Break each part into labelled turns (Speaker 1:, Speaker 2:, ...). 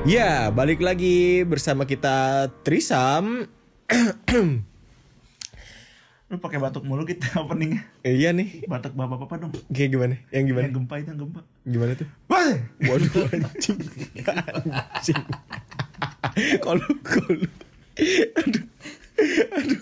Speaker 1: Ya, balik lagi bersama kita Trisam.
Speaker 2: Lu pakai batuk mulu kita openingnya.
Speaker 1: Iya nih.
Speaker 2: Batuk bapak-bapak dong.
Speaker 1: Kayak gimana? Yang gimana?
Speaker 2: Yang gempa itu yang gempa.
Speaker 1: Gimana tuh?
Speaker 2: Wah.
Speaker 1: Waduh anjing. Anjing. Kalau aduh.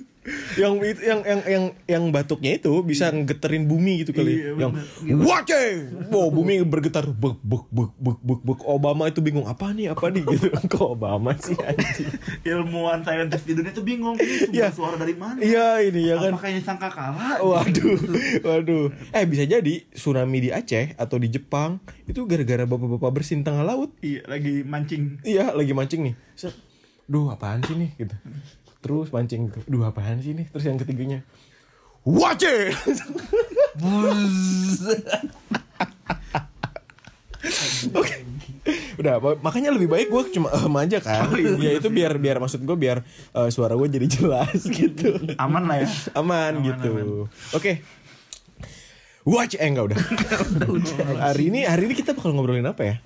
Speaker 1: Yang batuknya itu bisa ngegeterin bumi gitu kali.
Speaker 2: Iya,
Speaker 1: Yang
Speaker 2: bener.
Speaker 1: wace. Wow, bumi bergetar. Bek. Obama itu bingung apa nih gitu. Kok Obama sih anjing?
Speaker 2: Ilmuwan saintis di dunia tuh bingung ini sumber
Speaker 1: Iya.
Speaker 2: suara dari mana?
Speaker 1: Iya ini ya kan.
Speaker 2: Apakah ini sangkakala?
Speaker 1: Waduh. Bisa jadi tsunami di Aceh atau di Jepang itu gara-gara bapak-bapak bersin tengah laut.
Speaker 2: Iya, lagi mancing.
Speaker 1: Iya, lagi mancing nih. Set. Duh, apaan sih nih gitu. Terus mancing. Duh, apaan sih nih? Terus yang ketiganya, wace. Oke. Udah, makanya lebih baik gue cuma aja kan. Ya itu biar maksud gue biar suara gue jadi jelas gitu.
Speaker 2: Aman lah ya.
Speaker 1: Aman gitu.
Speaker 2: aman.
Speaker 1: Oke. Watch enggak udah. Hari ini kita bakal ngobrolin apa ya?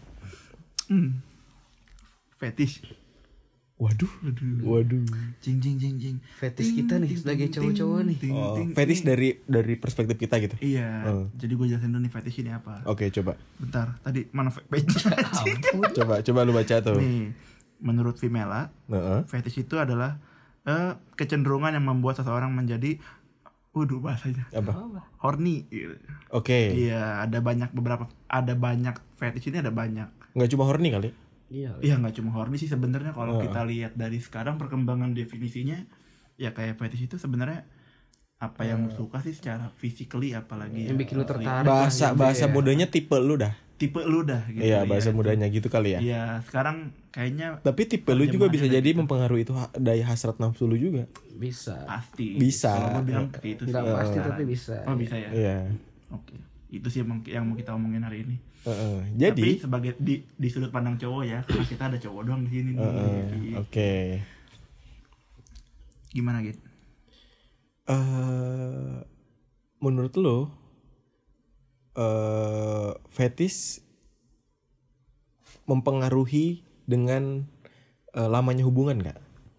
Speaker 2: Fetish.
Speaker 1: Waduh.
Speaker 2: Jing.
Speaker 3: Fetish kita nih sebagai cowok-cowok nih.
Speaker 1: Fetish dari perspektif kita gitu.
Speaker 2: Iya. Jadi gue jelasin dulu nih fetish ini apa.
Speaker 1: Oke, coba.
Speaker 2: Bentar, tadi mana page?
Speaker 1: Coba lu baca tuh.
Speaker 2: Nih, menurut Vimela, fetish itu adalah kecenderungan yang membuat seseorang menjadi bahasanya
Speaker 1: Apa?
Speaker 2: horny.
Speaker 1: Oke.
Speaker 2: Iya, ada banyak fetish ini, ada banyak.
Speaker 1: Nggak cuma horny kali.
Speaker 3: Iya.
Speaker 2: Iya, nggak cuma horny sih sebenarnya kalau kita lihat dari sekarang perkembangan definisinya, ya kayak fetish itu sebenarnya apa yang lu suka sih secara physically, apalagi
Speaker 3: Yang bikin lu tertarik.
Speaker 1: Bahasa mudanya tipe lu dah.
Speaker 2: tipe lu dah gitu.
Speaker 1: Iya, bahasa
Speaker 2: ya.
Speaker 1: mudanya gitu kali ya.
Speaker 2: Iya, sekarang kayaknya
Speaker 1: Tapi tipe lu juga bisa
Speaker 2: terjemahannya
Speaker 1: jadi
Speaker 2: gitu.
Speaker 1: mempengaruhi itu daya hasrat nafsu lu juga.
Speaker 3: Bisa.
Speaker 2: Pasti.
Speaker 1: Bisa.
Speaker 2: Kalau gue bilang seperti itu sih.
Speaker 3: Nggak pasti
Speaker 2: sekarang.
Speaker 3: tapi bisa.
Speaker 2: Oh, bisa ya.
Speaker 1: Iya.
Speaker 2: Oke. Itu sih yang mau kita omongin hari ini. Tapi
Speaker 1: Jadi,
Speaker 2: sebagai di sudut pandang cowok ya, karena kita ada cowok doang di sini nih. Jadi,
Speaker 1: oke.
Speaker 2: gimana gitu?
Speaker 1: Menurut lo fetish mempengaruhi dengan lamanya hubungan nggak?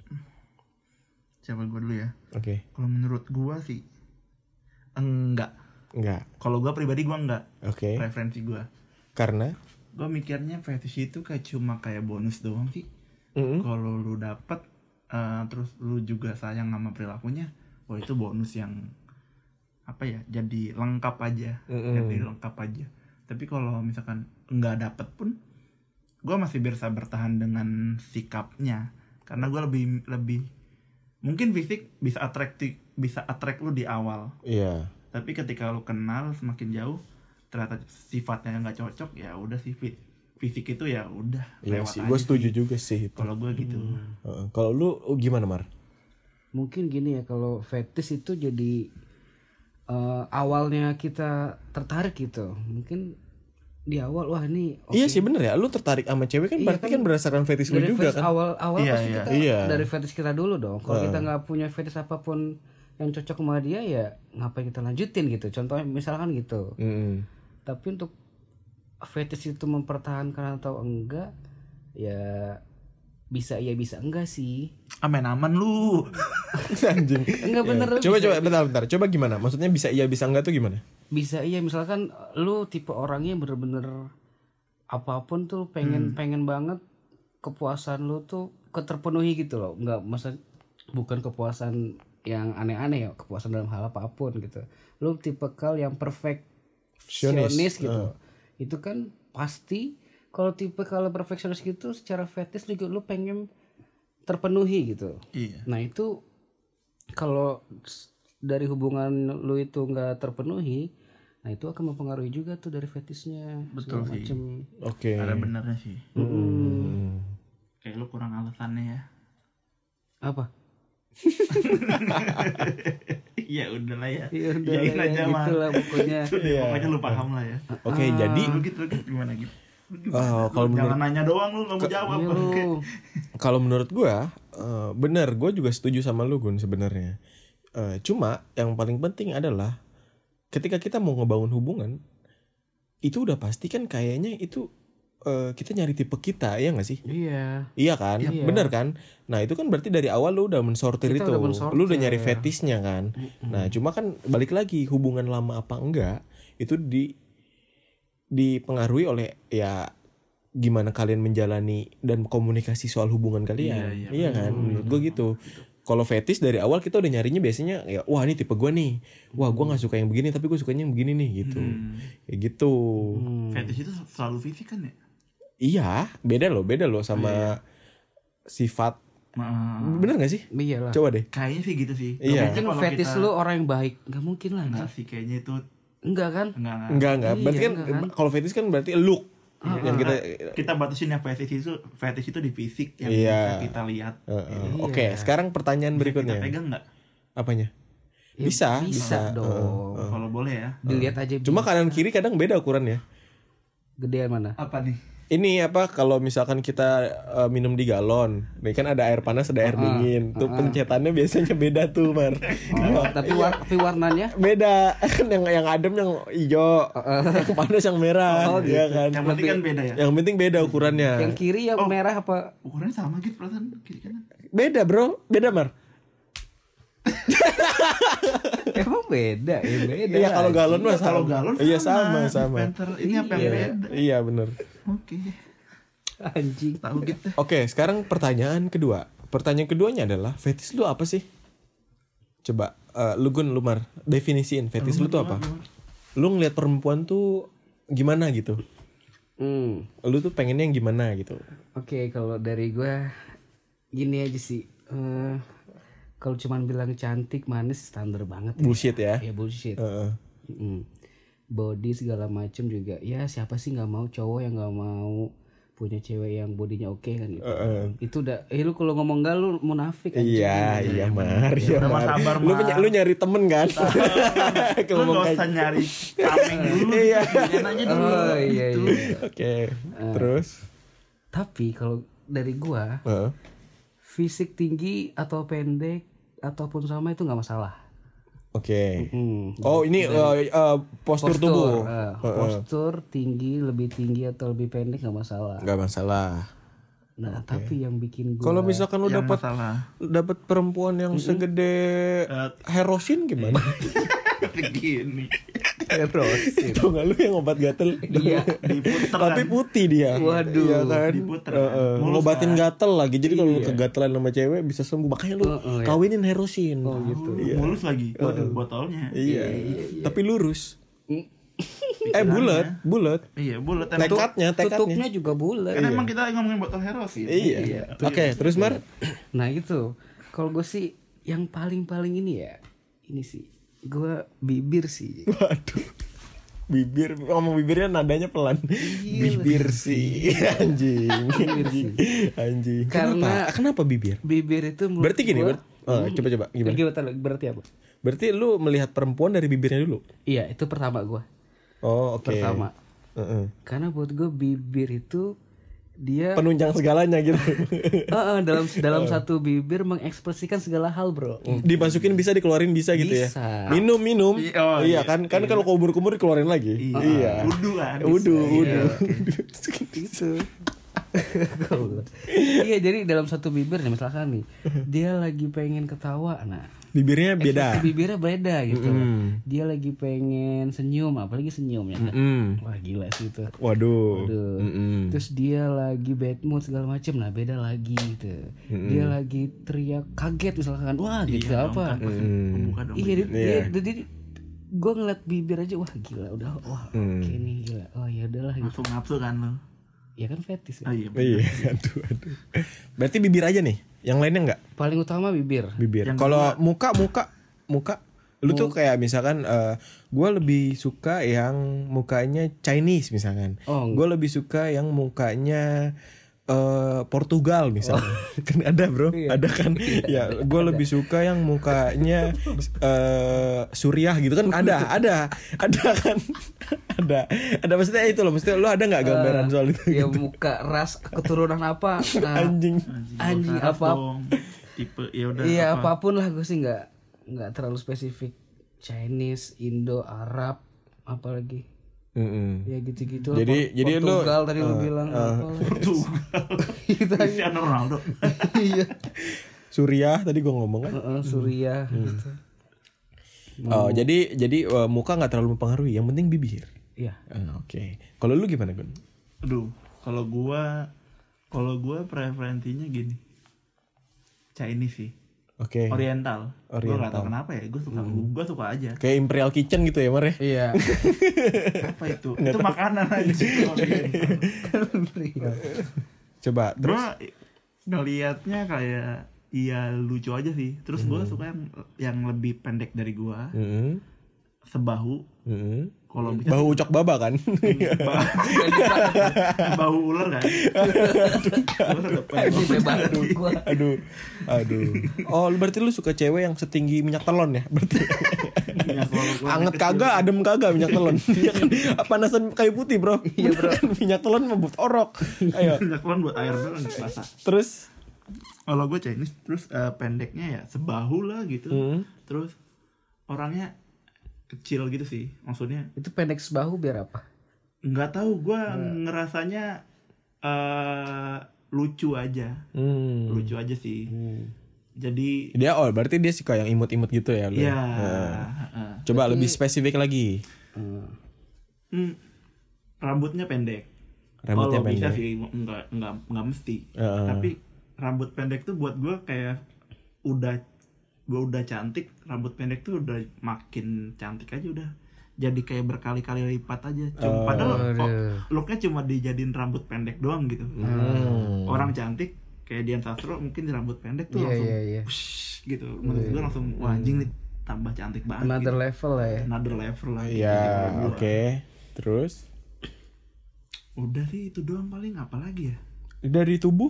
Speaker 2: Siapa gue dulu ya?
Speaker 1: Oke.
Speaker 2: Kalau menurut gue sih enggak. Kalau gue pribadi gue enggak.
Speaker 1: Oke.
Speaker 2: Preferensi gue.
Speaker 1: Karena
Speaker 2: Gue mikirnya fetish itu cuma kayak bonus doang sih. Kalau lu dapet terus lu juga sayang sama perilakunya, itu bonus yang apa ya? Jadi lengkap aja. Tapi kalau misalkan nggak dapet pun, gue masih bisa bertahan dengan sikapnya. Karena gue lebih mungkin fisik bisa attract lu di awal.
Speaker 1: iya.
Speaker 2: Tapi ketika lu kenal semakin jauh, ternyata sifatnya nggak cocok, ya udah sih fisik itu ya udah
Speaker 1: Iya
Speaker 2: lewat
Speaker 1: sih,
Speaker 2: aja
Speaker 1: gue setuju
Speaker 2: sih.
Speaker 1: juga sih itu.
Speaker 2: Kalau gue gitu.
Speaker 1: Kalau lu gimana, Mar?
Speaker 3: Mungkin gini ya, kalau fetish itu jadi awalnya kita tertarik gitu. Mungkin di awal wah ini oke.
Speaker 1: Iya sih bener ya, lu tertarik sama cewek kan
Speaker 3: Iya
Speaker 1: berarti kan berdasarkan fetish lu
Speaker 3: dari
Speaker 1: juga
Speaker 3: fetish
Speaker 1: kan.
Speaker 3: awal
Speaker 2: Iya,
Speaker 3: pasti
Speaker 2: iya.
Speaker 3: kita
Speaker 1: Iya.
Speaker 3: dari fetish kita dulu dong. Kalau kita nggak punya fetish apapun yang cocok sama dia, ya ngapain kita lanjutin gitu. Contohnya misalkan gitu. Tapi untuk fetish itu mempertahankan atau enggak, ya bisa iya bisa enggak sih.
Speaker 2: Aman lu.
Speaker 1: Anjing.
Speaker 3: Enggak bener.
Speaker 1: Coba
Speaker 3: bisa,
Speaker 1: bentar. Coba gimana? Maksudnya bisa iya bisa enggak tuh gimana?
Speaker 3: bisa iya, misalkan lu tipe orangnya bener-bener apapun tuh pengen banget kepuasan lu tuh keterpenuhi gitu loh. Enggak, maksud bukan kepuasan yang aneh-aneh ya, kepuasan dalam hal apapun gitu. Lu tipikal yang perfeksionis gitu. Itu kan pasti kalau tipe kalau perfeksionis gitu secara fetish juga lu pengen terpenuhi gitu.
Speaker 2: Iya.
Speaker 3: Nah itu kalau dari hubungan lu itu nggak terpenuhi, nah itu akan mempengaruhi juga tuh dari fetishnya.
Speaker 2: Betul
Speaker 3: segala
Speaker 2: sih.
Speaker 3: macem.
Speaker 1: Oke.
Speaker 2: Ada benernya sih. Kayak lu kurang alasannya ya.
Speaker 3: Apa?
Speaker 2: Ya udahlah ya.
Speaker 3: Ya udah
Speaker 2: Yain
Speaker 3: lah,
Speaker 2: aja
Speaker 3: ya,
Speaker 2: mah.
Speaker 3: gitulah pokoknya.
Speaker 2: Pokoknya lu paham lah ya.
Speaker 1: Oke, jadi
Speaker 2: Lu gitu gimana gitu?
Speaker 1: kalau
Speaker 2: Jangan nanya doang lu nggak mau jawab.
Speaker 3: Iya, lu.
Speaker 1: kalau menurut gua bener, gua juga setuju sama lu Gun sebenarnya. Cuma yang paling penting adalah ketika kita mau ngebangun hubungan itu udah pasti kan kayaknya itu kita nyari tipe kita, ya nggak sih?
Speaker 3: Iya.
Speaker 1: Iya kan, bener kan? Nah itu kan berarti dari awal lu udah mensortir
Speaker 3: Kita
Speaker 1: itu,
Speaker 3: udah mensortir.
Speaker 1: lu udah nyari fetishnya kan. Nah cuma kan balik lagi hubungan lama apa enggak itu dipengaruhi oleh ya gimana kalian menjalani dan komunikasi soal hubungan kalian. Iya kan, menurut gue gitu. Kalau fetish dari awal kita udah nyarinya biasanya ya wah ini tipe gue nih, wah gue nggak suka yang begini tapi gue sukanya yang begini nih gitu, kayak gitu.
Speaker 2: Fetish itu selalu fisik kan ya?
Speaker 1: Iya, beda loh sama sifat. Bener gak sih?
Speaker 3: Iyalah.
Speaker 1: Coba deh.
Speaker 2: Kayaknya sih gitu sih.
Speaker 1: Iya.
Speaker 3: Mungkin
Speaker 2: Kalau
Speaker 3: fetish
Speaker 2: kita-
Speaker 3: lu orang yang baik, nggak mungkin lah.
Speaker 2: Enggak sih, kayaknya itu
Speaker 3: Enggak kan?
Speaker 2: enggak.
Speaker 1: Enggak. Berarti kan
Speaker 3: enggak kan?
Speaker 1: kalau fetish kan berarti look. Yang
Speaker 2: Kita batasin ya fetish itu di fisik yang
Speaker 1: Iya.
Speaker 2: bisa kita lihat.
Speaker 1: Oke, sekarang pertanyaan berikutnya.
Speaker 2: Kita pegang nggak?
Speaker 1: Apanya?
Speaker 3: Ya,
Speaker 1: Bisa
Speaker 3: dong.
Speaker 2: Kalau boleh ya.
Speaker 3: Dilihat aja.
Speaker 1: Cuma kanan kiri kadang beda ukurannya.
Speaker 3: Gedean mana?
Speaker 2: Apa nih?
Speaker 1: Ini apa kalau misalkan kita minum di galon, nih kan ada air panas ada air dingin, tuh pencetannya biasanya beda tuh, Mar.
Speaker 3: Tapi warnanya
Speaker 1: Beda kan yang adem yang hijau, yang panas yang merah, ya kan.
Speaker 2: Yang penting kan beda ya.
Speaker 1: Yang penting beda ukurannya.
Speaker 3: yang kiri yang merah apa?
Speaker 2: Ukurannya sama gitu perasaan kiri kanan.
Speaker 1: Beda bro, beda Mar.
Speaker 3: Emang beda ya beda.
Speaker 1: Iya kalau galon mah
Speaker 2: Kalau
Speaker 1: sama.
Speaker 2: galon
Speaker 1: Iya sama.
Speaker 2: Dispenser ini apa yang beda?
Speaker 1: Iya bener.
Speaker 2: Oke.
Speaker 3: Anjing.
Speaker 2: Tahu gitu.
Speaker 1: Oke, sekarang pertanyaan kedua. Pertanyaan keduanya adalah fetish lu apa sih? Coba lu Gun, lu Mar, definisiin fetish lu tuh apa? Lu ngeliat perempuan tuh gimana gitu? Lu tuh pengennya yang gimana gitu?
Speaker 3: Oke, kalau dari gue gini aja sih. Kalau cuman bilang cantik, manis, standar banget.
Speaker 1: Bullshit ya?
Speaker 3: Ya bullshit.
Speaker 1: Heeh.
Speaker 3: Body segala macem juga. Ya siapa sih nggak mau cowok yang nggak mau punya cewek yang bodinya oke kan gitu. Itu udah. Lu kalau ngomong enggak lu munafik.
Speaker 1: Iya Mar, iya
Speaker 2: Sama
Speaker 1: Mar.
Speaker 2: sabar,
Speaker 1: Lu,
Speaker 2: Mar.
Speaker 1: lu nyari temen kan?
Speaker 2: Lu nggak usah nyari coming dulu.
Speaker 1: Iya.
Speaker 2: Jangan aja dulu.
Speaker 3: Oh iya
Speaker 2: Gitu.
Speaker 3: iya.
Speaker 1: Oke, terus?
Speaker 3: Tapi kalau dari gua fisik tinggi atau pendek ataupun sama itu nggak masalah.
Speaker 1: Oke. Oh ini postur tubuh.
Speaker 3: Postur tinggi, lebih tinggi atau lebih pendek nggak masalah.
Speaker 1: Nggak masalah.
Speaker 3: Nah tapi yang bikin gua
Speaker 1: Kalau misalkan lu
Speaker 2: Yang
Speaker 1: dapat
Speaker 2: masalah.
Speaker 1: perempuan yang segede Herosin gimana?
Speaker 2: Begini.
Speaker 3: Herosin.
Speaker 1: Tahu nggak lu yang obat gatel?
Speaker 3: Iya.
Speaker 2: Diputer
Speaker 1: Tapi
Speaker 2: kan.
Speaker 1: putih dia.
Speaker 3: Waduh.
Speaker 1: Iya kan?
Speaker 2: Diputer kan.
Speaker 1: Ngobatin gatel lagi. Jadi kalau lu kegatelan sama cewek bisa sembuh. Makanya lu kawinin Herosin. Oh gitu.
Speaker 2: Mulus lagi. Botolnya.
Speaker 1: Iya. Tapi lurus. bulat.
Speaker 2: Iya, bulat.
Speaker 1: Tekadnya.
Speaker 3: Tutupnya juga bulat.
Speaker 2: Kan emang kita ngomongin botol Herosin.
Speaker 1: Iya. Oke, terus Mar?
Speaker 3: Nah itu kalau gue sih yang paling ini ya ini sih gue bibir sih.
Speaker 1: Waduh. Bibir, ngomong bibirnya nadanya pelan. Bibir sih. Anjing.
Speaker 3: Karena-
Speaker 1: Kenapa bibir?
Speaker 3: Bibir itu menurut
Speaker 1: Berarti gini,
Speaker 3: gua-
Speaker 1: coba gimana?
Speaker 3: Berarti apa?
Speaker 1: Berarti lu melihat perempuan dari bibirnya dulu.
Speaker 3: Iya itu pertama gue.
Speaker 1: Oh, oke.
Speaker 3: Pertama.
Speaker 1: Heeh.
Speaker 3: Karena buat gue bibir itu dia
Speaker 1: Penunjang segalanya gitu.
Speaker 3: dalam satu bibir mengekspresikan segala hal bro.
Speaker 1: Dimasukin bisa, dikeluarin bisa gitu ya.
Speaker 3: Bisa.
Speaker 1: Minum.
Speaker 2: Oh,
Speaker 1: iya kan kalau kumur dikeluarin lagi. Iya.
Speaker 2: Wudu kan.
Speaker 1: Wudu.
Speaker 3: Gitu. Iya jadi dalam satu bibir nih misalkan nih dia lagi pengen ketawa, nah
Speaker 1: Bibirnya beda.
Speaker 3: bibirnya beda gitu. Dia lagi pengen senyum, apalagi senyum ya. Wah gila sih itu.
Speaker 1: Waduh.
Speaker 3: Terus dia lagi bad mood segala macem, nah beda lagi gitu. Dia lagi teriak kaget misalkan, wah gitu apa?
Speaker 2: Buka dong.
Speaker 3: Iya dia gue ngeliat bibir aja, wah gila udah, wah oke nih gila, oh ya udahlah gitu.
Speaker 2: Langsung nafsu kan lo.
Speaker 3: Ya kan fetis
Speaker 2: Oh
Speaker 3: ya.
Speaker 2: iya.
Speaker 1: Iya, aduh. Berarti bibir aja nih. Yang lainnya enggak?
Speaker 3: Paling utama bibir.
Speaker 1: Bibir. Kalau muka lu tuh kayak misalkan gue lebih suka yang mukanya Chinese misalkan. Gue lebih suka yang mukanya Portugal misalnya. Kan ada bro, ada kan. Ya, gue lebih suka yang mukanya Suriah gitu kan. Ada kan. ada maksudnya itu loh. Maksudnya lu ada nggak gambaran soal itu?
Speaker 3: Ya
Speaker 1: gitu?
Speaker 3: muka ras keturunan apa? Nah,
Speaker 1: Anjing.
Speaker 3: apa?
Speaker 2: Tipe ya udah.
Speaker 3: Iya apapun lah gue sih nggak terlalu spesifik. Chinese, Indo, Arab, apalagi. Ya gitu-gitu.
Speaker 1: Jadi
Speaker 3: Portugal tadi lu bilang apa?
Speaker 2: Portugal. Cristiano Ronaldo.
Speaker 3: Iya.
Speaker 1: Suriah tadi gue ngomong kan.
Speaker 3: Suriah gitu.
Speaker 1: Oh, jadi muka nggak terlalu mempengaruhi, yang penting bibir.
Speaker 3: Iya.
Speaker 1: Oke. Kalau lu gimana, Gun?
Speaker 2: Aduh, kalau gua preferensinya gini. Chinese sih.
Speaker 1: Oke.
Speaker 2: Oriental. Gue gak tau kenapa ya, gue suka aja.
Speaker 1: Kayak Imperial Kitchen gitu ya, Mar ya?
Speaker 3: Iya.
Speaker 2: Apa itu? Itu makanan aja.
Speaker 1: Coba terus.
Speaker 2: Gue ngelihatnya kayak iya lucu aja sih. Terus gue suka yang lebih pendek dari gue. Sebahu. Kalau bisa
Speaker 1: bahu ucok baba kan?
Speaker 2: Bahu ular kan?
Speaker 1: Aduh. Oh, berarti lu suka cewek yang setinggi minyak telon ya? Berarti. Anget kagak, adem kagak minyak telon. Iya kan? Panasan kayu putih, Bro. Iya, Bro. Minyak telon mah buat orok. Ayo.
Speaker 2: Minyak telon buat air doang basah.
Speaker 1: Terus
Speaker 2: kalau gue Chinese terus pendeknya ya sebahu lah gitu. Terus orangnya kecil gitu sih, maksudnya.
Speaker 3: Itu pendek sebahu biar apa?
Speaker 2: Nggak tahu, gue ngerasanya lucu aja. Lucu aja sih. Jadi
Speaker 1: dia berarti dia suka yang imut-imut gitu ya?
Speaker 2: Iya.
Speaker 1: Coba lebih spesifik lagi.
Speaker 2: Rambutnya pendek.
Speaker 1: Rambutnya
Speaker 2: kalau
Speaker 1: pendek.
Speaker 2: Bisa sih, nggak mesti. Tapi rambut pendek tuh buat gue kayak udah cantik, rambut pendek tuh udah makin cantik aja udah. Jadi kayak berkali-kali lipat aja. Padahal looknya cuma dijadiin rambut pendek doang gitu. Orang cantik kayak Dian Sastro mungkin rambut pendek tuh langsung push, gitu. Menurut gue langsung wah anjing nih tambah cantik banget.
Speaker 3: Another
Speaker 2: gitu.
Speaker 3: level lah ya.
Speaker 2: Another level lah.
Speaker 1: Iya, oke. Terus?
Speaker 2: Udah sih itu doang paling, apa lagi ya?
Speaker 1: Dari tubuh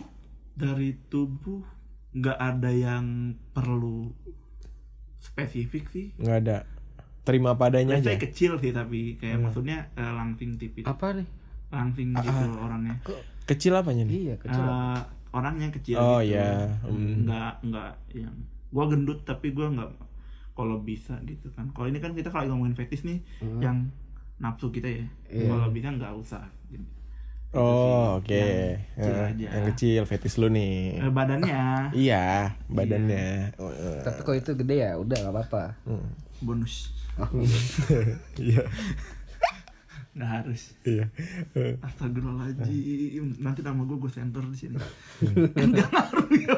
Speaker 2: nggak ada yang perlu spesifik sih.
Speaker 1: Nggak ada. Terima padanya aja.
Speaker 2: Saya kecil sih tapi kayak maksudnya langsing tipis.
Speaker 3: Apa nih?
Speaker 2: Langsing gitu orangnya.
Speaker 1: Kecil apanya nih?
Speaker 3: Iya, kecil.
Speaker 2: Orangnya kecil
Speaker 1: oh,
Speaker 2: gitu.
Speaker 1: Iya.
Speaker 2: Nggak yang gua gendut tapi gua nggak, kalau bisa gitu kan. Kalau ini kan kita kalau ngomongin fetis nih yang nafsu kita ya. Kalau bisa nggak usah gitu.
Speaker 1: Oh, oke.
Speaker 2: Yang
Speaker 1: kecil fetis lu nih.
Speaker 2: Badannya.
Speaker 1: Iya, badannya.
Speaker 3: Tapi kalau itu gede ya udah nggak apa-apa.
Speaker 2: Bonus.
Speaker 1: Iya.
Speaker 2: Nggak harus.
Speaker 1: Iya.
Speaker 2: Astagfirullahaladzim. Nanti nama gue sensor di sini. Kan nggak ngaruh ya.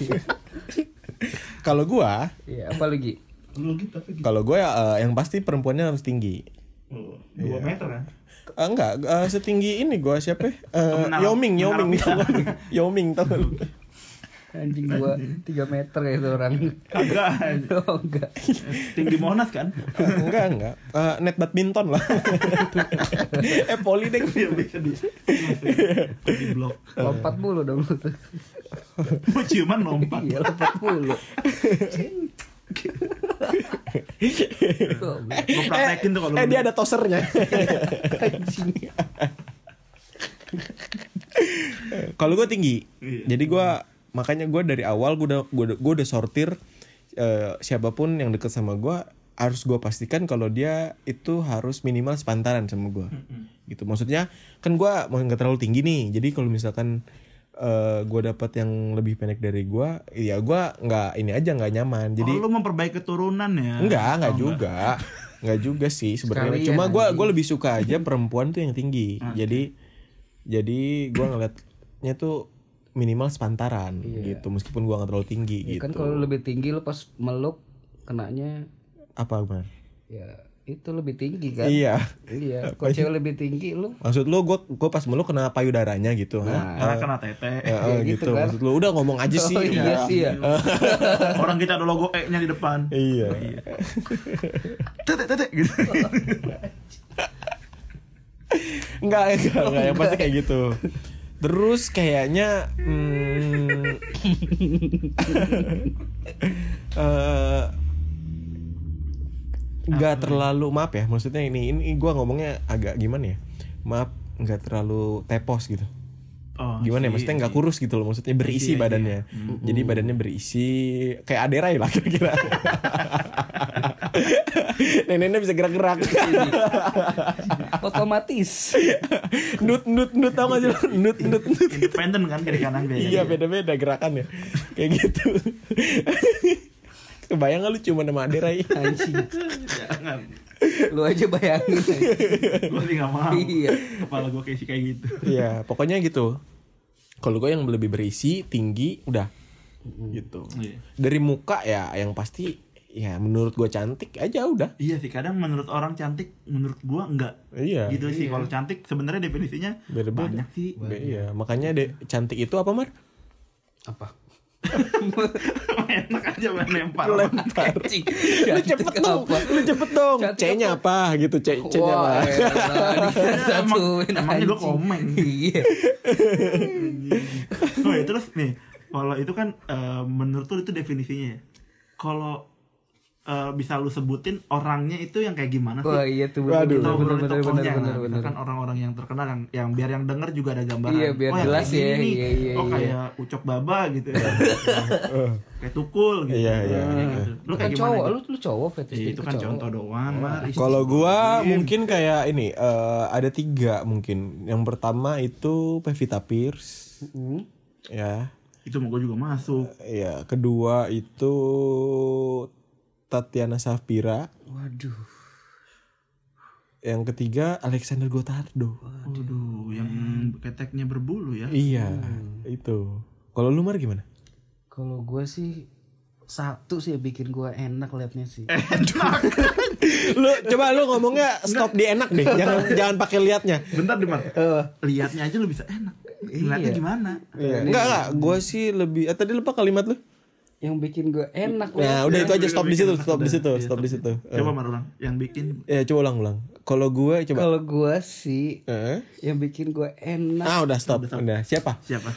Speaker 1: Kalau gua,
Speaker 3: iya apa lagi?
Speaker 1: Kalau gua yang pasti perempuannya harus tinggi.
Speaker 2: 2 meter kan?
Speaker 1: Enggak, setinggi ini gua siapa? Yoming tau gak lu?
Speaker 3: Anjing gua 3 meter ya itu orang.
Speaker 2: Kagak.
Speaker 3: Oh enggak.
Speaker 2: Tinggi Monas kan?
Speaker 1: Enggak. Net badminton lah. Poli deh.
Speaker 2: Ya bisa di blok.
Speaker 3: Lompat mulu dong lu tuh.
Speaker 2: Mau ciuman lompat.
Speaker 3: Iya, lompat mulu.
Speaker 2: Gue praktekin tuh kalau
Speaker 1: dia ada tosernya. Kalau gue tinggi, jadi gue makanya gue dari awal gue udah sortir siapapun yang deket sama gue harus gue pastikan kalau dia itu harus minimal sepantaran sama gue, gitu. Maksudnya kan gue mau nggak terlalu tinggi nih, jadi kalau misalkan gue dapat yang lebih pendek dari gue, ya gue nggak nyaman. Jadi
Speaker 2: lu memperbaiki keturunan ya?
Speaker 1: Enggak juga sih sebenarnya. Cuma gue lebih suka aja perempuan tuh yang tinggi. Jadi gue ngeliatnya tuh minimal sepantaran gitu, meskipun gue nggak terlalu tinggi gitu.
Speaker 3: Kan kalau lebih tinggi lu pas meluk kenanya
Speaker 1: apa benar?
Speaker 3: Ya itu lebih tinggi kan?
Speaker 1: Iya.
Speaker 3: Kalau cewek lebih tinggi lu.
Speaker 1: Maksud lu gue pas meluk kena payudaranya gitu?
Speaker 2: Kena tete.
Speaker 1: Gitu
Speaker 3: kan?
Speaker 1: Maksud lu udah ngomong aja sih.
Speaker 3: Oh, iya sih ya.
Speaker 2: Orang kita ada logo E-nya di depan.
Speaker 1: Iya.
Speaker 2: Tete gitu.
Speaker 1: Enggak, yang pasti kayak gitu. Terus kayaknya nggak terlalu, maaf ya, maksudnya ini gue ngomongnya agak gimana ya, maaf, nggak terlalu tepos gitu. Gimana ya, maksudnya nggak kurus gitu loh, maksudnya berisi badannya. Jadi badannya berisi kayak Aderai lah kira-kira. Neneknya bisa gerak-gerak.
Speaker 3: Otomatis.
Speaker 1: Nut tau gak sih? Nut.
Speaker 2: Independen kan kiri kanan biasanya.
Speaker 1: Iya beda-beda gerakannya. Kayak gitu. Kebayang gak lu cuma sama Ade Rai?
Speaker 3: Anjing.
Speaker 2: Jangan.
Speaker 3: Lu aja bayangin.
Speaker 2: Gue sih gak mau.
Speaker 3: Iya.
Speaker 2: Kepala gue kayak gitu.
Speaker 1: Iya, pokoknya gitu. Kalau gue yang lebih berisi, tinggi, udah gitu.
Speaker 2: Iya.
Speaker 1: Dari muka ya, yang pasti ya menurut gue cantik aja udah.
Speaker 2: Iya sih, kadang menurut orang cantik, menurut gue enggak.
Speaker 1: Iya.
Speaker 2: Gitu sih. Kalau cantik sebenarnya definisinya
Speaker 1: Beda-beda.
Speaker 2: banyak sih.
Speaker 1: Iya, makanya cantik itu apa Mar?
Speaker 3: Apa?
Speaker 2: Enak aja main lempar.
Speaker 1: Lempar.
Speaker 3: Anjing.
Speaker 1: Lu cepet dong.
Speaker 3: Cantik
Speaker 1: C-nya apa gitu? C-nya
Speaker 3: Wah,
Speaker 1: apa?
Speaker 2: Emangnya gue komen.
Speaker 3: Iya.
Speaker 2: Oh ya, terus nih, kalau itu kan menurut lu itu definisinya ya. Kalau bisa lu sebutin orangnya itu yang kayak gimana sih?
Speaker 3: Wah iya tuh
Speaker 1: Waduh.
Speaker 3: bener.
Speaker 2: Misalkan orang-orang yang terkenal yang biar yang denger juga ada gambaran.
Speaker 3: Iya, biar
Speaker 2: yang
Speaker 3: jelas
Speaker 2: kayak gini
Speaker 3: ya.
Speaker 2: nih.
Speaker 3: Iya,
Speaker 2: Oh
Speaker 3: iya.
Speaker 2: kayak Ucok Baba gitu ya. Kayak Tukul gitu.
Speaker 1: Iya.
Speaker 2: Gitu. Lu
Speaker 3: Lu kan
Speaker 2: kayak gimana?
Speaker 3: cowok,
Speaker 2: gitu?
Speaker 3: lu cowok fetish
Speaker 2: Ya, itu kan
Speaker 3: cowok.
Speaker 2: contoh doang lah.
Speaker 1: Kalau gua mungkin kayak ini ada 3 mungkin. Yang pertama itu Pevita Pierce. Ya.
Speaker 2: Itu mau gue juga masuk.
Speaker 1: Ya, kedua itu Tatiana Safira.
Speaker 3: Waduh.
Speaker 1: Yang ketiga Alexander Gottardo.
Speaker 2: Waduh, yang keteknya berbulu ya.
Speaker 1: Iya, itu. Kalau lu Mar gimana?
Speaker 3: Kalau gue sih satu sih yang bikin gue enak liatnya sih.
Speaker 1: Lu coba lu ngomongnya stop di enak deh. Jangan pakai liatnya.
Speaker 2: Bentar deh, Mar. Lihatnya aja lu bisa enak. Lihatnya gimana?
Speaker 1: Iya. Enggak. Gua sih lebih tadi lupa kalimat lu.
Speaker 3: Yang bikin gue enak.
Speaker 1: Nah, udah itu aja stop di situ.
Speaker 2: Coba Mar ulang. Yang bikin
Speaker 1: Ya, coba ulang. Kalau gue coba.
Speaker 3: Kalau gue sih yang bikin gue enak.
Speaker 1: Udah stop. Udah. Siapa?
Speaker 2: siapa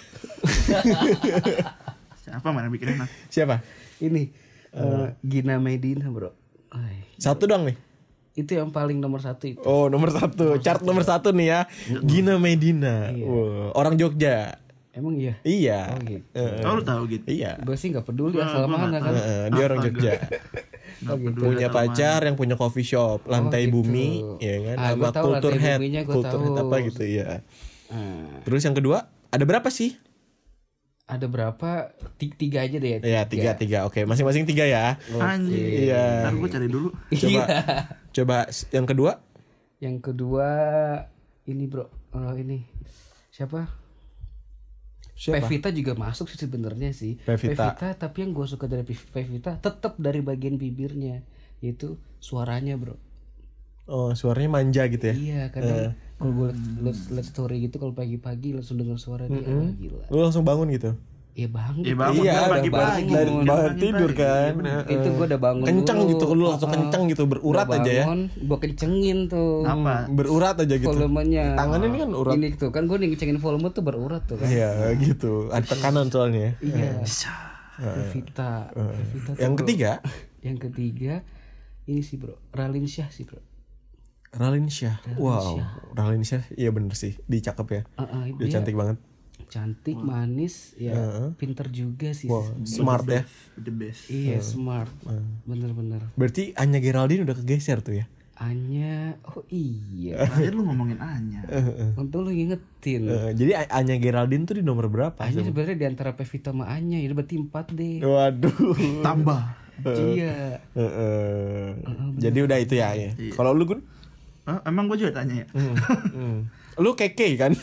Speaker 2: Mar yang bikin enak?
Speaker 1: Siapa?
Speaker 3: Ini Gina Medina bro. Ay.
Speaker 1: Satu doang nih.
Speaker 3: Itu yang paling nomor 1 itu.
Speaker 1: Oh, nomor 1. Chart nomor 1 nih ya. Gina Medina. Wow. Orang Jogja.
Speaker 3: Emang iya?
Speaker 1: Iya.
Speaker 3: Oh gitu.
Speaker 2: Oh lu tahu gitu.
Speaker 1: Iya.
Speaker 3: Gue sih nggak peduli asal mana kan.
Speaker 1: Dia orang Jogja. Punya pacar yang punya coffee shop, lantai
Speaker 3: gitu.
Speaker 1: bumi, ya kan,
Speaker 3: Ah,
Speaker 1: sama
Speaker 3: gua tahu
Speaker 1: kultur
Speaker 3: lantai
Speaker 1: head,
Speaker 3: buminya, gua
Speaker 1: kultur
Speaker 3: tahu.
Speaker 1: head apa gitu ya.
Speaker 3: Hmm.
Speaker 1: Terus yang kedua, ada berapa sih?
Speaker 3: Ada berapa? 3 aja deh.
Speaker 1: Ya, 3. Oke, masing-masing 3 ya.
Speaker 2: Anjir.
Speaker 1: Iya.
Speaker 2: Ntar gue cari dulu.
Speaker 1: Coba yang kedua.
Speaker 3: Yang kedua ini bro, ini siapa? Pevita juga masuk sih sebenarnya sih.
Speaker 1: Pevita.
Speaker 3: Tapi yang gue suka dari Pevita tetap dari bagian bibirnya, yaitu suaranya bro.
Speaker 1: Oh, suaranya manja gitu ya.
Speaker 3: Iya, kadang kalau gue liat story gitu kalau pagi-pagi langsung dengar suara dia, gila.
Speaker 1: Lu langsung bangun gitu.
Speaker 3: Iya bangun.
Speaker 2: Iya bangun.
Speaker 1: Iya,
Speaker 2: Kan
Speaker 1: udah
Speaker 2: pagi-pagi.
Speaker 1: dari
Speaker 3: bangun.
Speaker 1: bangun tidur kan.
Speaker 3: Itu gue udah bangun
Speaker 1: Kenceng
Speaker 3: dulu.
Speaker 1: gitu, lu langsung kenceng gitu, berurat
Speaker 3: Udah
Speaker 1: aja ya.
Speaker 3: bangun, gue kencengin tuh.
Speaker 2: Apa?
Speaker 1: Berurat aja gitu.
Speaker 3: Volumenya.
Speaker 1: Tangannya ini kan urat.
Speaker 3: Ini tuh kan gue ngecengin volume tuh berurat tuh kan.
Speaker 1: Iya, gitu. Ada tekanan soalnya.
Speaker 3: Iya. Pevita. Pevita tuh,
Speaker 1: Yang
Speaker 3: bro.
Speaker 1: ketiga,
Speaker 3: Yang ketiga ini sih bro, Raline Shah sih bro.
Speaker 1: Raline Shah. Wow, Raline Shah iya bener sih, dicakep ya. Dia cantik banget.
Speaker 3: Cantik, manis, ya pinter juga sih.
Speaker 1: Wow, smart ya.
Speaker 2: The best.
Speaker 3: Iya smart, bener-bener.
Speaker 1: Berarti Anya Geraldine udah kegeser tuh ya.
Speaker 3: Anya, oh iya.
Speaker 2: Terakhir lu ngomongin Anya.
Speaker 3: Untung lu ngingetin.
Speaker 1: Jadi Anya Geraldine tuh di nomor berapa?
Speaker 3: Anya sebenarnya di antara Pevita sama Anya, ya berarti 4 deh.
Speaker 1: Waduh.
Speaker 2: Tambah.
Speaker 3: Iya.
Speaker 1: Jadi udah itu ya. Kalau lu Gun?
Speaker 2: Emang gue juga tanya ya.
Speaker 1: Lu keke kan?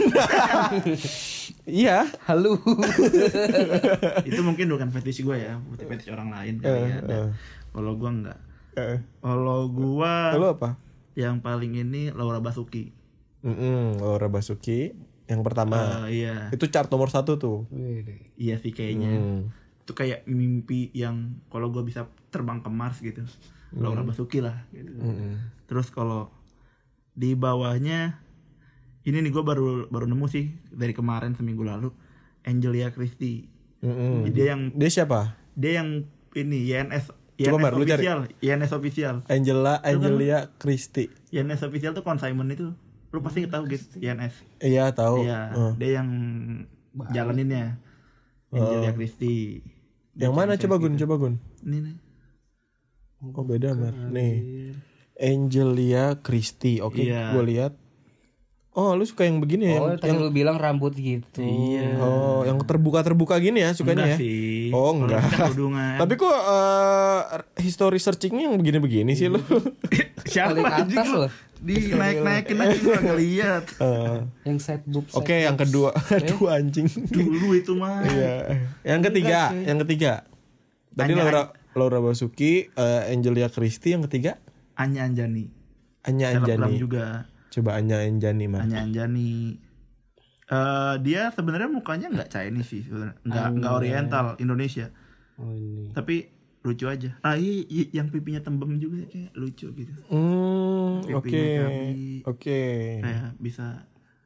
Speaker 1: Iya.
Speaker 3: Halo.
Speaker 2: Itu mungkin bukan fetish gue ya, fetish orang lain kali ya. Kalau gue enggak. Kalau gue
Speaker 1: Lu apa?
Speaker 2: yang paling ini Laura Basuki.
Speaker 1: Laura Basuki yang pertama.
Speaker 2: Iya.
Speaker 1: Itu chart nomor 1 tuh.
Speaker 2: Iya sih kayaknya. Itu kayak mimpi yang kalau gue bisa terbang ke Mars gitu. Laura Basuki lah gitu. Terus kalau di bawahnya ini nih gue baru nemu sih dari kemarin seminggu lalu, Angelia Christie. Dia
Speaker 1: siapa?
Speaker 2: Dia yang ini YNS
Speaker 1: Coba Mar, lu cari.
Speaker 2: YNS official.
Speaker 1: Angelia Christie.
Speaker 2: YNS official tuh consignment itu. Lu pasti tahu gitu YNS.
Speaker 1: Iya, tahu.
Speaker 2: Iya, dia yang jalaninnya. Angelia Christie.
Speaker 1: Yang mana coba Gun?
Speaker 2: Ini nih.
Speaker 1: Oh beda Mar. Nih. Angelia Christie. Oke,
Speaker 2: Iya.
Speaker 1: gue lihat. Oh, lu suka yang begini ya?
Speaker 3: Oh, tadi lu bilang rambut gitu.
Speaker 2: Iya.
Speaker 1: Oh, yang terbuka gini ya sukanya
Speaker 2: Enggak
Speaker 1: ya?
Speaker 2: sih.
Speaker 1: Oh, enggak.
Speaker 2: Kalau kan udungan.
Speaker 1: Tapi kok history searchingnya yang begini-begini sih lu?
Speaker 2: Siapa
Speaker 3: Paling
Speaker 2: anjing
Speaker 3: atas
Speaker 2: lu?
Speaker 3: loh.
Speaker 2: Di naik-naikin aja gue ngeliat.
Speaker 3: Yang side boob.
Speaker 1: Oke, yang kedua. Aduh anjing.
Speaker 2: Dulu itu mah.
Speaker 1: Iya. Yang ketiga. Tadi Laura Basuki, Angelia Christie, yang ketiga
Speaker 2: Anya Anjani.
Speaker 1: Anya
Speaker 2: Selebgram
Speaker 1: Anjani.
Speaker 2: juga.
Speaker 1: Coba Anya Anjani mah.
Speaker 2: Anya Anjani. Dia sebenarnya mukanya nggak Chinese sih sebenarnya. Nggak Oriental, Indonesia.
Speaker 3: Oh ini.
Speaker 2: Tapi lucu aja. Yang pipinya tembem juga kayak lucu gitu.
Speaker 1: Oke.
Speaker 2: Kayak bisa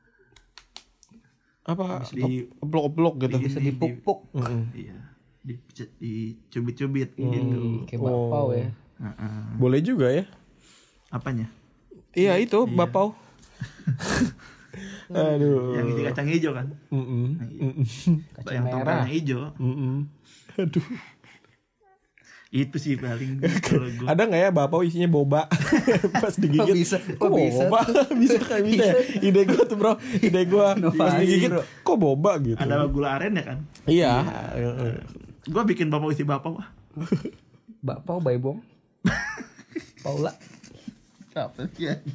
Speaker 1: Apa?
Speaker 2: di-
Speaker 1: Oplok-oplok gitu.
Speaker 3: Bisa dipuk-puk.
Speaker 2: iya, dicubit-cubit gitu.
Speaker 3: Kayak bakpao ya.
Speaker 1: Boleh juga ya.
Speaker 2: Apanya?
Speaker 1: Iya itu bapau. Aduh.
Speaker 2: Yang isi kacang hijau kan?
Speaker 3: Kacang
Speaker 2: Yang
Speaker 3: merah.
Speaker 2: tongkangnya hijau.
Speaker 1: Aduh.
Speaker 2: Itu sih paling kalau gue.
Speaker 1: Ada nggak ya bapau isinya boba? Pas digigit. Kok
Speaker 3: bisa
Speaker 1: boba? bisa kayak bisa ya? Ide gue tuh bro. Ide gue pas
Speaker 3: Inovasi,
Speaker 1: digigit.
Speaker 3: bro.
Speaker 1: Kok boba gitu?
Speaker 2: Ada gula aren ya kan?
Speaker 1: Iya.
Speaker 2: Gue bikin bapau isi bapau.
Speaker 3: Bakpao Baybong. Paula.
Speaker 2: Apa sih ya?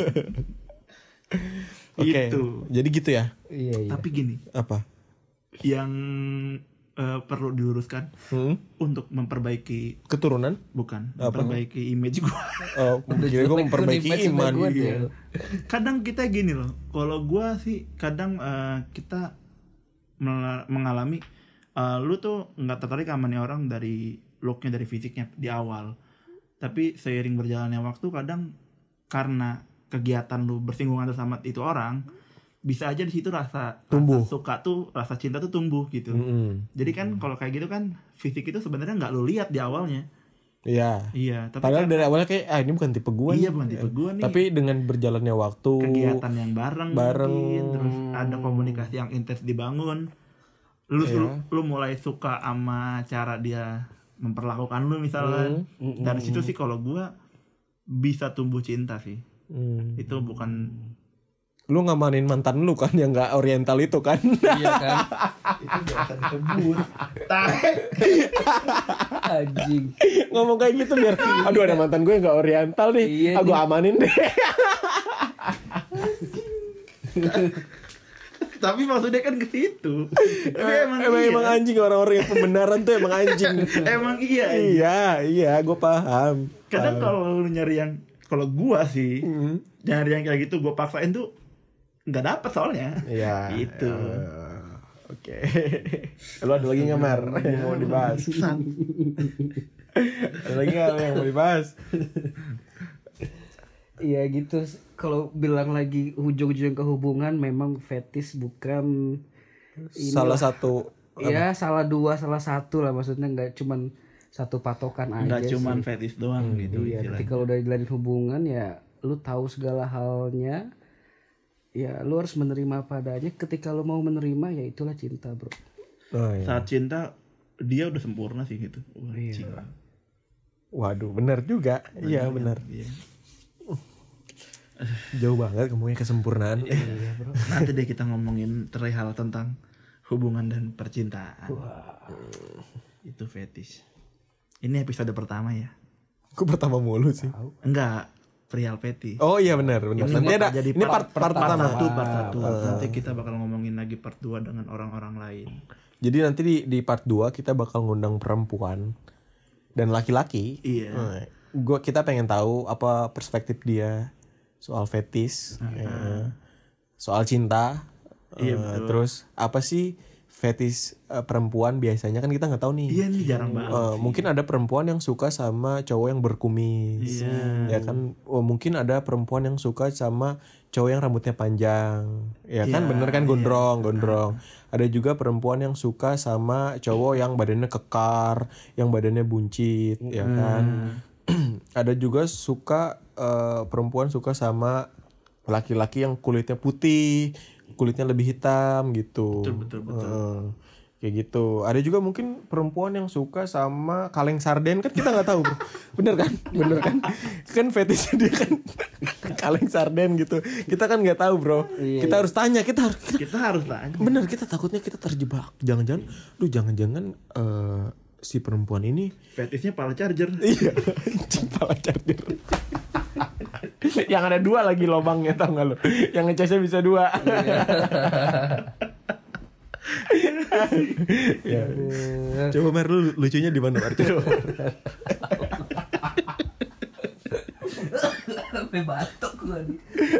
Speaker 1: Oke.
Speaker 2: Gitu.
Speaker 1: Jadi gitu ya.
Speaker 3: Iya.
Speaker 2: Tapi gini,
Speaker 1: Apa?
Speaker 2: yang perlu diluruskan untuk memperbaiki
Speaker 1: Keturunan?
Speaker 2: bukan memperbaiki image gue.
Speaker 1: Oh, kira gue memperbaiki iman.
Speaker 3: Ya.
Speaker 2: Kadang kita gini loh, kalau gue sih kadang kita mengalami lu tuh nggak tertarik sama nih orang dari looknya, dari fisiknya di awal, tapi seiring berjalannya waktu kadang karena kegiatan lu bersinggungan sama itu orang, bisa aja di situ rasa suka tuh, rasa cinta tuh tumbuh gitu. Jadi kan kalau kayak gitu kan fisik itu sebenarnya nggak lu lihat di awalnya. Iya, tapi
Speaker 1: Padahal
Speaker 2: kan
Speaker 1: dari awalnya kayak ini bukan tipe gue.
Speaker 2: iya bukan tipe gue nih.
Speaker 1: Tapi dengan berjalannya waktu,
Speaker 2: Kegiatan yang bareng mungkin, terus ada komunikasi yang intens dibangun, lu mulai suka sama cara dia memperlakukan lu misalkan. Dari situ sih kalau gue bisa tumbuh cinta sih. Itu bukan
Speaker 1: lu ngamanin mantan lu kan yang nggak oriental itu kan?
Speaker 3: Iya kan.
Speaker 2: itu biasa disebut.
Speaker 3: Anjing.
Speaker 1: Ngomong kayak gitu biar aduh ada mantan gue yang nggak oriental nih.
Speaker 3: Iya
Speaker 1: Aku
Speaker 3: nih.
Speaker 1: amanin deh.
Speaker 2: Tapi maksudnya kan ke situ. Tapi
Speaker 1: emang anjing orang-orang yang pembenaran tuh emang anjing.
Speaker 2: Emang iya.
Speaker 1: Iya, gue paham.
Speaker 2: Kadang kalau lu nyari yang, kalau gua sih nyari yang kayak gitu, gua paksain tuh nggak dapet soalnya.
Speaker 1: Iya.
Speaker 2: Gitu.
Speaker 1: Oke. Lu ada lagi nggak Mar yang mau dibahas? Ada lagi nggak yang mau dibahas?
Speaker 3: Iya gitu. Kalau bilang lagi ujung-ujung ke hubungan, memang fetis bukan
Speaker 1: Salah satu.
Speaker 3: ya salah dua, salah satu lah, maksudnya nggak cuman satu patokan aja.
Speaker 2: Nggak cuman
Speaker 3: sih.
Speaker 2: fetish doang gitu.
Speaker 3: Iya,
Speaker 2: istilahnya.
Speaker 3: tapi kalau udah jalanin hubungan ya lu tahu segala halnya. Ya lu harus menerima padanya. Ketika lu mau menerima ya itulah cinta, bro.
Speaker 1: Oh, iya.
Speaker 2: Saat cinta dia udah sempurna sih gitu. Wah, cinta.
Speaker 1: Waduh, benar juga. Iya benar.
Speaker 2: Iya.
Speaker 1: Jauh banget ngomongnya kesempurnaan.
Speaker 3: Iya, bro.
Speaker 2: Nanti deh kita ngomongin perihal tentang hubungan dan percintaan. Itu fetish. Ini episode pertama ya.
Speaker 1: Aku pertama mulu sih.
Speaker 2: Enggak, perihal fetish.
Speaker 1: Oh iya benar. Nanti ada
Speaker 2: jadi
Speaker 1: ini part pertama.
Speaker 2: Part 1. Nanti kita bakal ngomongin lagi part 2 dengan orang-orang lain.
Speaker 1: Jadi nanti di part 2 kita bakal ngundang perempuan dan laki-laki.
Speaker 2: Iya.
Speaker 1: Kita pengen tahu apa perspektif dia soal fetish, ya, soal cinta.
Speaker 2: Iya, betul.
Speaker 1: Terus apa sih fetish perempuan biasanya kan kita nggak tahu nih.
Speaker 2: Iya nih jarang banget.
Speaker 1: Mungkin ada perempuan yang suka sama cowok yang berkumis, ya kan? Mungkin ada perempuan yang suka sama cowok yang rambutnya panjang, ya kan? Bener kan, gondrong. Ada juga perempuan yang suka sama cowok yang badannya kekar, yang badannya buncit, ya kan? Ada juga perempuan suka sama laki-laki yang kulitnya putih, kulitnya lebih hitam gitu.
Speaker 2: Betul.
Speaker 1: Kayak gitu. Ada juga mungkin perempuan yang suka sama kaleng sarden, kan kita nggak tahu bro. Bener kan? Kan fetishnya dia kan kaleng sarden gitu. Kita kan nggak tahu bro.
Speaker 3: Iya.
Speaker 1: Kita harus tanya. Kita
Speaker 2: harus tanya.
Speaker 1: Bener, kita takutnya kita terjebak. Jangan-jangan si perempuan ini
Speaker 2: fetishnya pala charger.
Speaker 1: Iya, pala charger. Yang ada 2 lagi lubangnya, tau nggak lo? Yang ngecasnya bisa 2. Ya. Coba Mer, lu lucunya di mana Mer?
Speaker 3: Sampai batuk gua nih.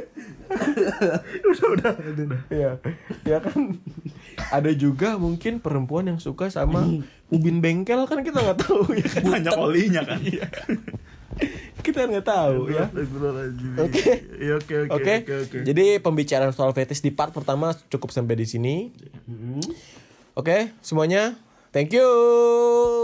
Speaker 2: udah.
Speaker 1: Ya kan. Ada juga mungkin perempuan yang suka sama ubin bengkel, kan kita nggak tahu ya kan.
Speaker 2: Banyak olinya kan.
Speaker 1: Kita nggak tahu ya. Oke. Jadi pembicaraan soal fetish di part pertama cukup sampai di sini. Oke, semuanya, thank you.